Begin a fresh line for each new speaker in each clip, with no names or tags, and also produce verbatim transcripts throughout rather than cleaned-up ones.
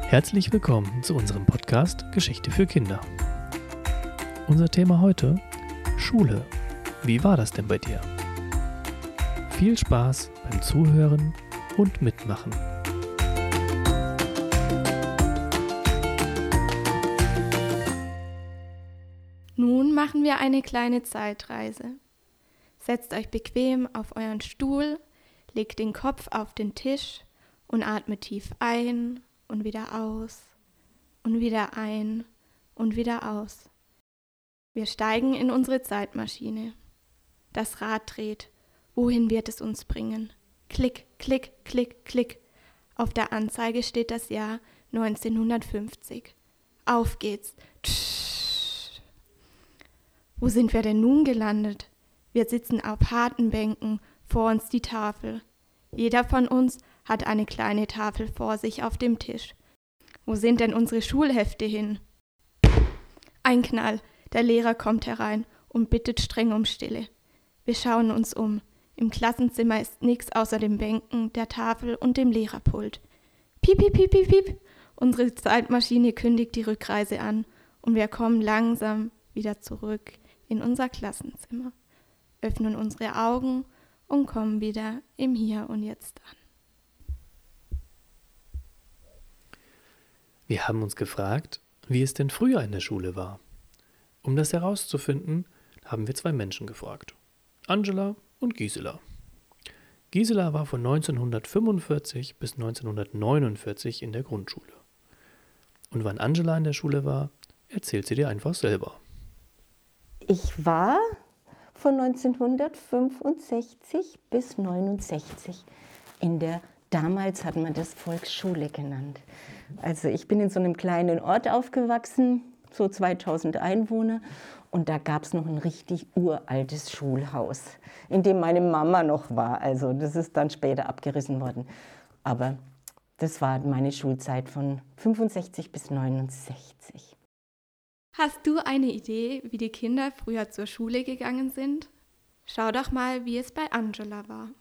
Herzlich willkommen zu unserem Podcast Geschichte für Kinder. Unser Thema heute: Schule. Wie war das denn bei dir? Viel Spaß beim Zuhören und Mitmachen.
Nun machen wir eine kleine Zeitreise. Setzt euch bequem auf euren Stuhl, legt den Kopf auf den Tisch und atmet tief ein und wieder aus und wieder ein und wieder aus. Wir steigen in unsere Zeitmaschine. Das Rad dreht. Wohin wird es uns bringen? Klick, klick, klick, klick. Auf der Anzeige steht das Jahr neunzehnhundertfünfzig. Auf geht's. Tsch. Wo sind wir denn nun gelandet? Wir sitzen auf harten Bänken, vor uns die Tafel. Jeder von uns hat eine kleine Tafel vor sich auf dem Tisch. Wo sind denn unsere Schulhefte hin? Ein Knall. Der Lehrer kommt herein und bittet streng um Stille. Wir schauen uns um. Im Klassenzimmer ist nichts außer den Bänken, der Tafel und dem Lehrerpult. Piep, piep, piep, piep, piep. Unsere Zeitmaschine kündigt die Rückreise an und wir kommen langsam wieder zurück in unser Klassenzimmer, öffnen unsere Augen und kommen wieder im Hier und Jetzt an.
Wir haben uns gefragt, wie es denn früher in der Schule war. Um das herauszufinden, haben wir zwei Menschen gefragt: Angela und Gisela. Gisela war von neunzehnhundertfünfundvierzig bis neunzehnhundertneunundvierzig in der Grundschule. Und wann Angela in der Schule war, erzählt sie dir einfach selber.
Ich war von neunzehnhundertfünfundsechzig bis neunundsechzig in der, damals hat man das Volksschule genannt. Also ich bin in so einem kleinen Ort aufgewachsen, so zweitausend Einwohner, und da gab es noch ein richtig uraltes Schulhaus, in dem meine Mama noch war. Also das ist dann später abgerissen worden. Aber das war meine Schulzeit von fünfundsechzig bis neunundsechzig.
Hast du eine Idee, wie die Kinder früher zur Schule gegangen sind? Schau doch mal, wie es bei Angela war.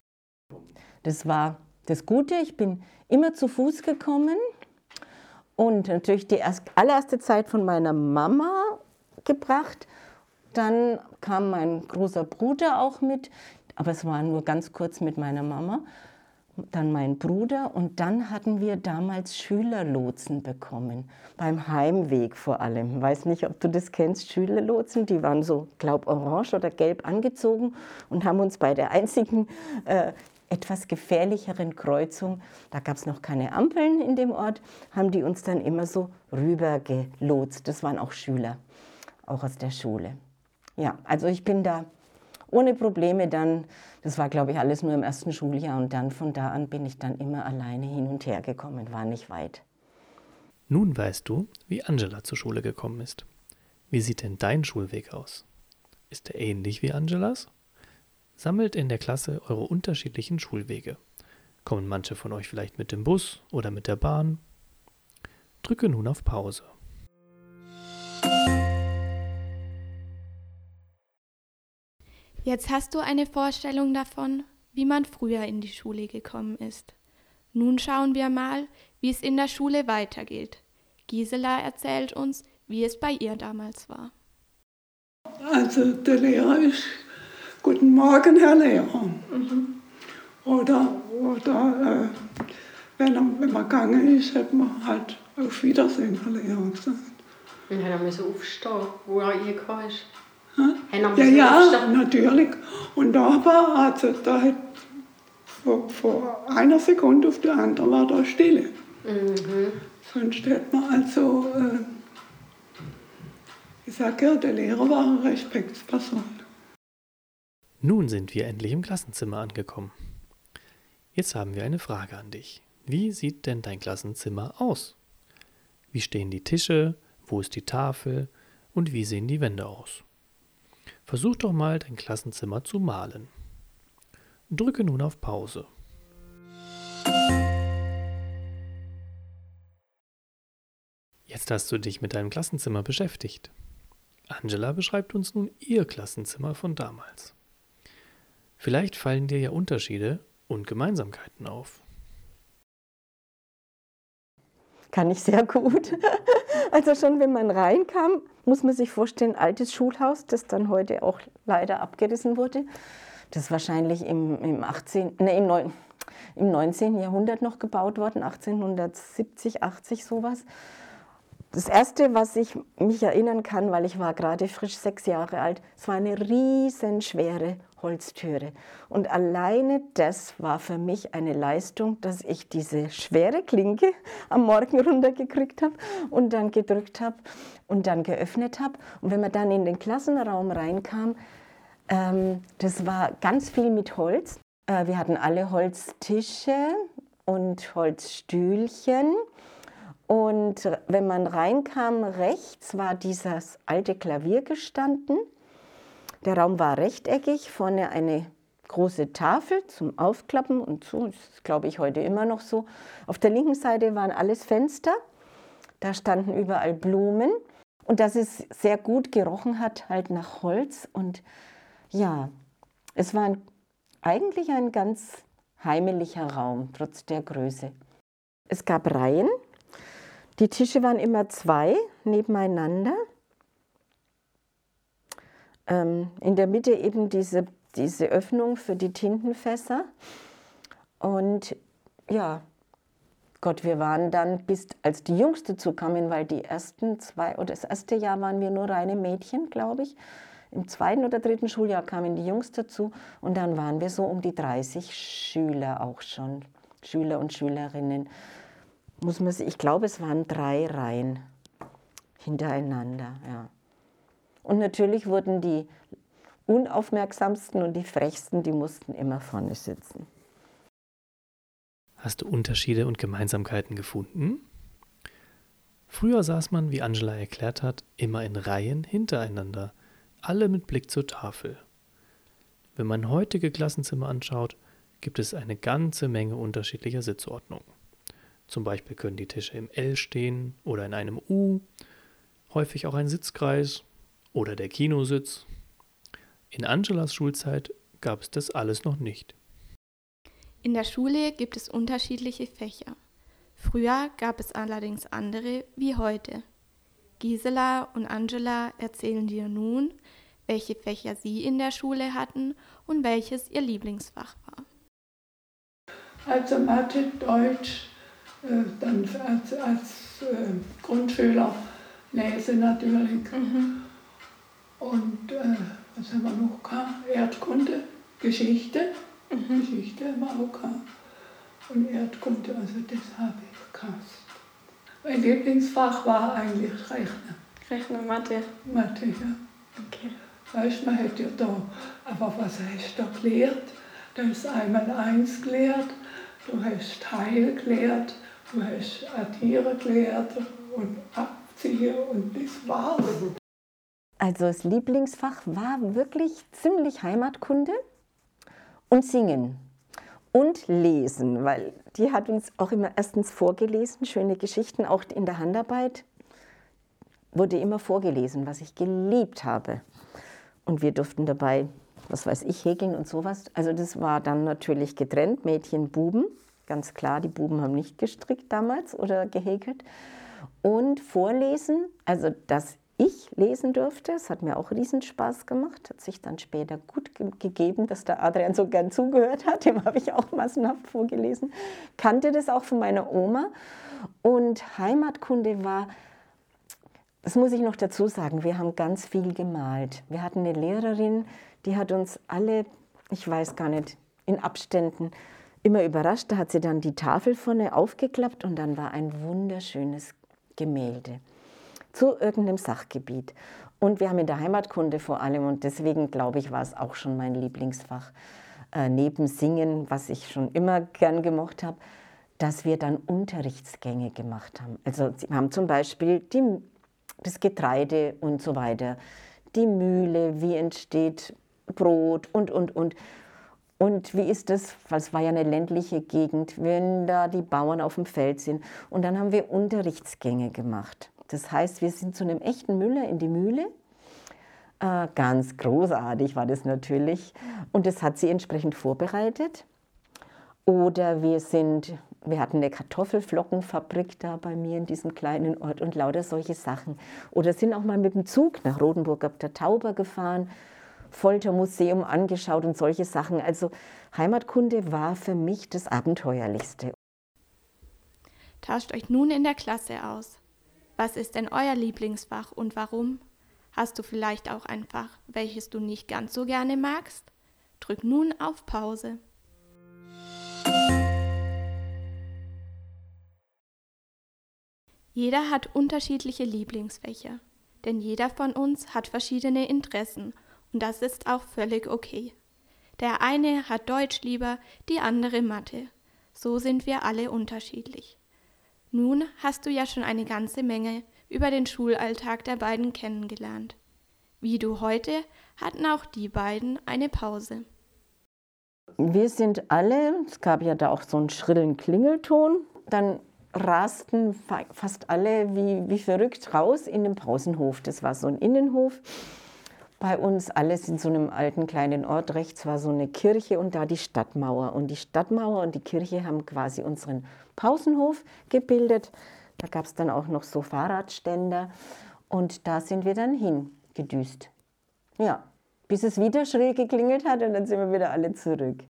Das war das Gute, ich bin immer zu Fuß gekommen und natürlich die erst, allererste Zeit von meiner Mama gebracht. Dann kam mein großer Bruder auch mit, aber es war nur ganz kurz mit meiner Mama. Dann mein Bruder, und dann hatten wir damals Schülerlotsen bekommen, beim Heimweg vor allem. Ich weiß nicht, ob du das kennst, Schülerlotsen, die waren so, glaub, orange oder gelb angezogen und haben uns bei der einzigen äh, etwas gefährlicheren Kreuzung, da gab es noch keine Ampeln in dem Ort, haben die uns dann immer so rüber gelotst. Das waren auch Schüler, auch aus der Schule. Ja, also ich bin da ohne Probleme dann, das war glaube ich alles nur im ersten Schuljahr, und dann von da an bin ich dann immer alleine hin und her gekommen, war nicht weit.
Nun weißt du, wie Angela zur Schule gekommen ist. Wie sieht denn dein Schulweg aus? Ist er ähnlich wie Angelas? Sammelt in der Klasse eure unterschiedlichen Schulwege. Kommen manche von euch vielleicht mit dem Bus oder mit der Bahn? Drücke nun auf Pause.
Jetzt hast du eine Vorstellung davon, wie man früher in die Schule gekommen ist. Nun schauen wir mal, wie es in der Schule weitergeht. Gisela erzählt uns, wie es bei ihr damals war.
Also der Lehrer ist: Guten Morgen, Herr Lehrer. Mhm. Oder, oder äh, wenn, er, wenn man gegangen ist, hat man halt auf Wiedersehen, Herr Lehrer gesagt.
Und hat er müssen aufstehen, wo er reingekommen ist?
Ja, ja, natürlich. Und da war, also da hat vor, vor einer Sekunde auf die andere war da Stille. Mhm. Sonst hätte man also, äh, ich sage ja, der Lehrer war eine Respektsperson.
Nun sind wir endlich im Klassenzimmer angekommen. Jetzt haben wir eine Frage an dich. Wie sieht denn dein Klassenzimmer aus? Wie stehen die Tische? Wo ist die Tafel? Und wie sehen die Wände aus? Versuch doch mal, dein Klassenzimmer zu malen. Drücke nun auf Pause. Jetzt hast du dich mit deinem Klassenzimmer beschäftigt. Angela beschreibt uns nun ihr Klassenzimmer von damals. Vielleicht fallen dir ja Unterschiede und Gemeinsamkeiten auf.
kann ich sehr gut. Also schon wenn man reinkam, muss man sich vorstellen, ein altes Schulhaus, das dann heute auch leider abgerissen wurde. Das wahrscheinlich im, im, achtzehnten, nee, im, neun, im neunzehnten Jahrhundert noch gebaut worden, achtzehnhundertsiebzig, achtzig sowas. Das Erste, was ich mich erinnern kann, weil ich war gerade frisch sechs Jahre alt, es war eine riesenschwere Holztüre. Und alleine das war für mich eine Leistung, dass ich diese schwere Klinke am Morgen runtergekriegt habe und dann gedrückt habe und dann geöffnet habe. Und wenn man dann in den Klassenraum reinkam, ähm, das war ganz viel mit Holz. Äh, wir hatten alle Holztische und Holzstühlchen. Und wenn man reinkam, rechts war dieses alte Klavier gestanden. Der Raum war rechteckig, vorne eine große Tafel zum Aufklappen und so, das ist, glaube ich, heute immer noch so. Auf der linken Seite waren alles Fenster, da standen überall Blumen und dass es sehr gut gerochen hat, halt nach Holz. Und ja, es war ein, eigentlich ein ganz heimeliger Raum, trotz der Größe. Es gab Reihen. Die Tische waren immer zwei nebeneinander. Ähm, in der Mitte eben diese, diese Öffnung für die Tintenfässer. Und ja, Gott, wir waren dann, bis als die Jungs dazu kamen, weil die ersten zwei, oder das erste Jahr waren wir nur reine Mädchen, glaube ich. Im zweiten oder dritten Schuljahr kamen die Jungs dazu und dann waren wir so um die dreißig Schüler auch schon, Schüler und Schülerinnen. Muss man sich, ich glaube, es waren drei Reihen hintereinander. Ja. Und natürlich wurden die unaufmerksamsten und die frechsten, die mussten immer vorne sitzen.
Hast du Unterschiede und Gemeinsamkeiten gefunden? Früher saß man, wie Angela erklärt hat, immer in Reihen hintereinander, alle mit Blick zur Tafel. Wenn man heutige Klassenzimmer anschaut, gibt es eine ganze Menge unterschiedlicher Sitzordnungen. Zum Beispiel können die Tische im L stehen oder in einem U, häufig auch ein Sitzkreis oder der Kinositz. In Angelas Schulzeit gab es das alles noch nicht.
In der Schule gibt es unterschiedliche Fächer. Früher gab es allerdings andere wie heute. Gisela und Angela erzählen dir nun, welche Fächer sie in der Schule hatten und welches ihr Lieblingsfach war.
Also Mathe, Deutsch, äh, dann als, als äh, Grundschüler Lese natürlich. Mhm. Und äh, was haben wir noch gehabt? Erdkunde, Geschichte. Mhm. Geschichte haben wir auch gehabt. Und Erdkunde, also das habe ich gehasst. Mein Lieblingsfach war eigentlich Rechnen.
Rechnen, Mathe.
Mathe, ja.
Okay.
Weißt du, man hat ja da, aber was hast du da gelehrt? Du hast einmal eins gelehrt, du hast Teil gelehrt, du hast Addieren gelehrt und Abziehen und das war's.
Also das Lieblingsfach war wirklich ziemlich Heimatkunde und Singen und Lesen, weil die hat uns auch immer erstens vorgelesen, schöne Geschichten, auch in der Handarbeit wurde immer vorgelesen, was ich geliebt habe. Und wir durften dabei, was weiß ich, häkeln und sowas. Also das war dann natürlich getrennt, Mädchen, Buben. Ganz klar, die Buben haben nicht gestrickt damals oder gehäkelt. Und vorlesen, also dass ich lesen durfte, das hat mir auch riesen Spaß gemacht. Hat sich dann später gut ge- gegeben, dass der Adrian so gern zugehört hat. Dem habe ich auch massenhaft vorgelesen. Kannte das auch von meiner Oma. Und Heimatkunde war... Das muss ich noch dazu sagen, wir haben ganz viel gemalt. Wir hatten eine Lehrerin, die hat uns alle, ich weiß gar nicht, in Abständen immer überrascht. Da hat sie dann die Tafel vorne aufgeklappt und dann war ein wunderschönes Gemälde zu irgendeinem Sachgebiet. Und wir haben in der Heimatkunde vor allem, und deswegen glaube ich, war es auch schon mein Lieblingsfach, äh, neben Singen, was ich schon immer gern gemocht habe, dass wir dann Unterrichtsgänge gemacht haben. Also wir haben zum Beispiel die das Getreide und so weiter, die Mühle, wie entsteht Brot und, und, und. Und wie ist das, weil es war ja eine ländliche Gegend, wenn da die Bauern auf dem Feld sind. Und dann haben wir Unterrichtsgänge gemacht. Das heißt, wir sind zu einem echten Müller in die Mühle. Äh, ganz großartig war das natürlich. Und das hat sie entsprechend vorbereitet. Oder wir sind, wir hatten eine Kartoffelflockenfabrik da bei mir in diesem kleinen Ort und lauter solche Sachen. Oder sind auch mal mit dem Zug nach Rodenburg ab der Tauber gefahren, Foltermuseum angeschaut und solche Sachen. Also Heimatkunde war für mich das Abenteuerlichste.
Tauscht euch nun in der Klasse aus. Was ist denn euer Lieblingsfach und warum? Hast du vielleicht auch ein Fach, welches du nicht ganz so gerne magst? Drück nun auf Pause. Jeder hat unterschiedliche Lieblingsfächer, denn jeder von uns hat verschiedene Interessen und das ist auch völlig okay. Der eine hat Deutsch lieber, die andere Mathe. So sind wir alle unterschiedlich. Nun hast du ja schon eine ganze Menge über den Schulalltag der beiden kennengelernt. Wie du heute, hatten auch die beiden eine Pause.
Wir sind alle, es gab ja da auch so einen schrillen Klingelton, dann rasten fa- fast alle wie, wie verrückt raus in den Pausenhof. Das war so ein Innenhof. Bei uns alles in so einem alten kleinen Ort. Rechts war so eine Kirche und da die Stadtmauer. Und die Stadtmauer und die Kirche haben quasi unseren Pausenhof gebildet. Da gab es dann auch noch so Fahrradständer. Und da sind wir dann hingedüst. Ja, bis es wieder schrill geklingelt hat und dann sind wir wieder alle zurück.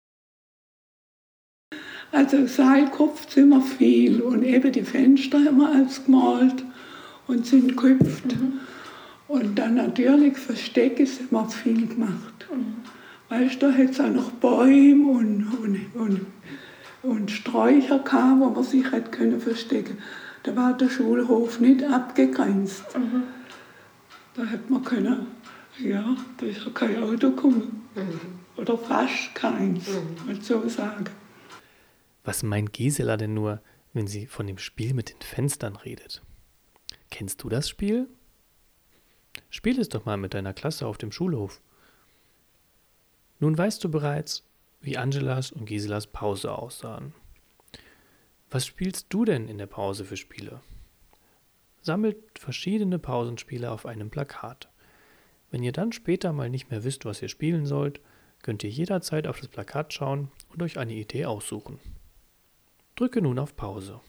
Also Seilkopfzimmer viel und eben die Fenster haben wir alles gemalt und sind geküpft. Mhm. Und dann natürlich Verstecke sind wir viel gemacht. Mhm. Weißt du, da hat es auch noch Bäume und, und, und, und Sträucher gehabt, wo man sich hätte können verstecken. Da war der Schulhof nicht abgegrenzt. Mhm. Da hätte man können, ja, da ist ja kein Auto gekommen. Mhm. Oder fast keins, mhm. mal so sagen.
Was meint Gisela denn nur, wenn sie von dem Spiel mit den Fenstern redet? Kennst du das Spiel? Spiel es doch mal mit deiner Klasse auf dem Schulhof. Nun weißt du bereits, wie Angelas und Giselas Pause aussahen. Was spielst du denn in der Pause für Spiele? Sammelt verschiedene Pausenspiele auf einem Plakat. Wenn ihr dann später mal nicht mehr wisst, was ihr spielen sollt, könnt ihr jederzeit auf das Plakat schauen und euch eine Idee aussuchen. Drücke nun auf Pause.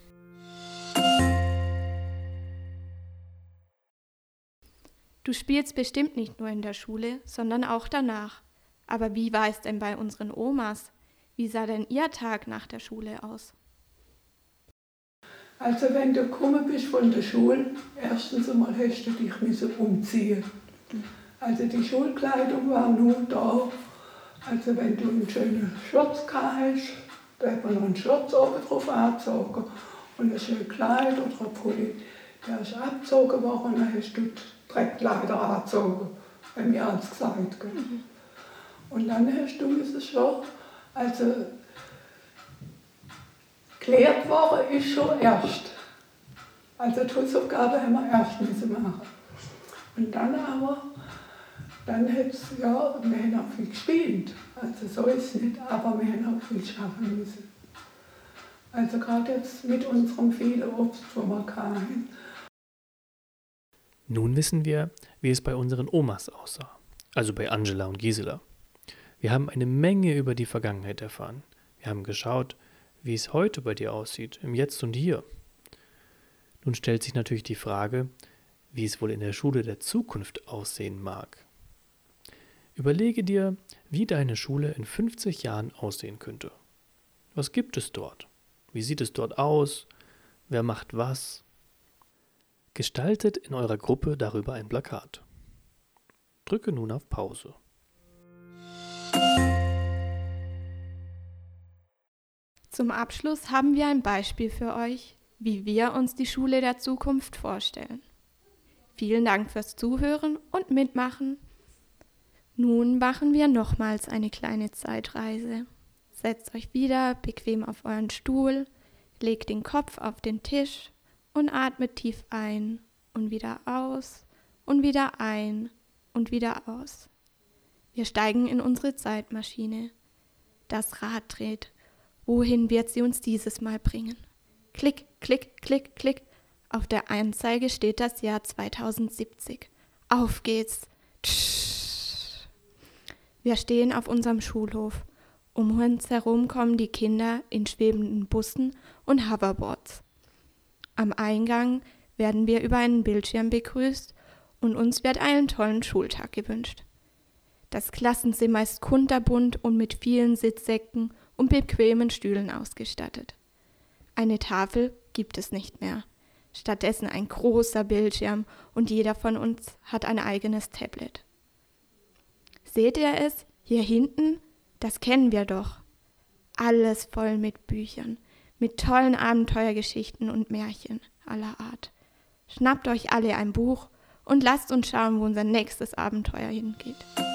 Du spielst bestimmt nicht nur in der Schule, sondern auch danach. Aber wie war es denn bei unseren Omas? Wie sah denn ihr Tag nach der Schule aus?
Also wenn du gekommen bist von der Schule, erstens einmal hast du dich müssen umziehen. Also die Schulkleidung war nur da. Also wenn du einen schönen Schurz gehabt hast, da hat man noch einen Schurz oben drauf angezogen und ein schönes Kleid oder ein Pulli. Der ist abgezogen worden und dann hast du die Dreckkleider angezogen, haben wir alles gesagt. Mhm. Und dann hast du müssen schon, also geklärt worden ist schon erst. Also die Hausaufgaben haben wir erst müssen machen. Und dann aber, dann hat's, ja, wir haben auch viel gespielt. Also so ist es nicht, aber wir haben auch viel schaffen müssen. Also gerade jetzt mit unserem vielen Obst, wo wir kamen.
Nun wissen wir, wie es bei unseren Omas aussah, also bei Angela und Gisela. Wir haben eine Menge über die Vergangenheit erfahren. Wir haben geschaut, wie es heute bei dir aussieht, im Jetzt und Hier. Nun stellt sich natürlich die Frage, wie es wohl in der Schule der Zukunft aussehen mag. Überlege dir, wie deine Schule in fünfzig Jahren aussehen könnte. Was gibt es dort? Wie sieht es dort aus? Wer macht was? Gestaltet in eurer Gruppe darüber ein Plakat. Drücke nun auf Pause.
Zum Abschluss haben wir ein Beispiel für euch, wie wir uns die Schule der Zukunft vorstellen. Vielen Dank fürs Zuhören und Mitmachen. Nun machen wir nochmals eine kleine Zeitreise. Setzt euch wieder bequem auf euren Stuhl, legt den Kopf auf den Tisch und atmet tief ein und wieder aus und wieder ein und wieder aus. Wir steigen in unsere Zeitmaschine. Das Rad dreht. Wohin wird sie uns dieses Mal bringen? Klick, klick, klick, klick. Auf der Anzeige steht das Jahr zweitausendsiebzig. Auf geht's. Tsch. Wir stehen auf unserem Schulhof Um uns herum kommen die Kinder in schwebenden Bussen und Hoverboards. Am Eingang werden wir über einen Bildschirm begrüßt und uns wird einen tollen Schultag gewünscht. Das Klassenzimmer ist kunterbunt und mit vielen Sitzsäcken und bequemen Stühlen ausgestattet. Eine Tafel gibt es nicht mehr. Stattdessen ein großer Bildschirm und jeder von uns hat ein eigenes Tablet. Seht ihr es? Hier hinten? Das kennen wir doch. Alles voll mit Büchern, mit tollen Abenteuergeschichten und Märchen aller Art. Schnappt euch alle ein Buch und lasst uns schauen, wo unser nächstes Abenteuer hingeht.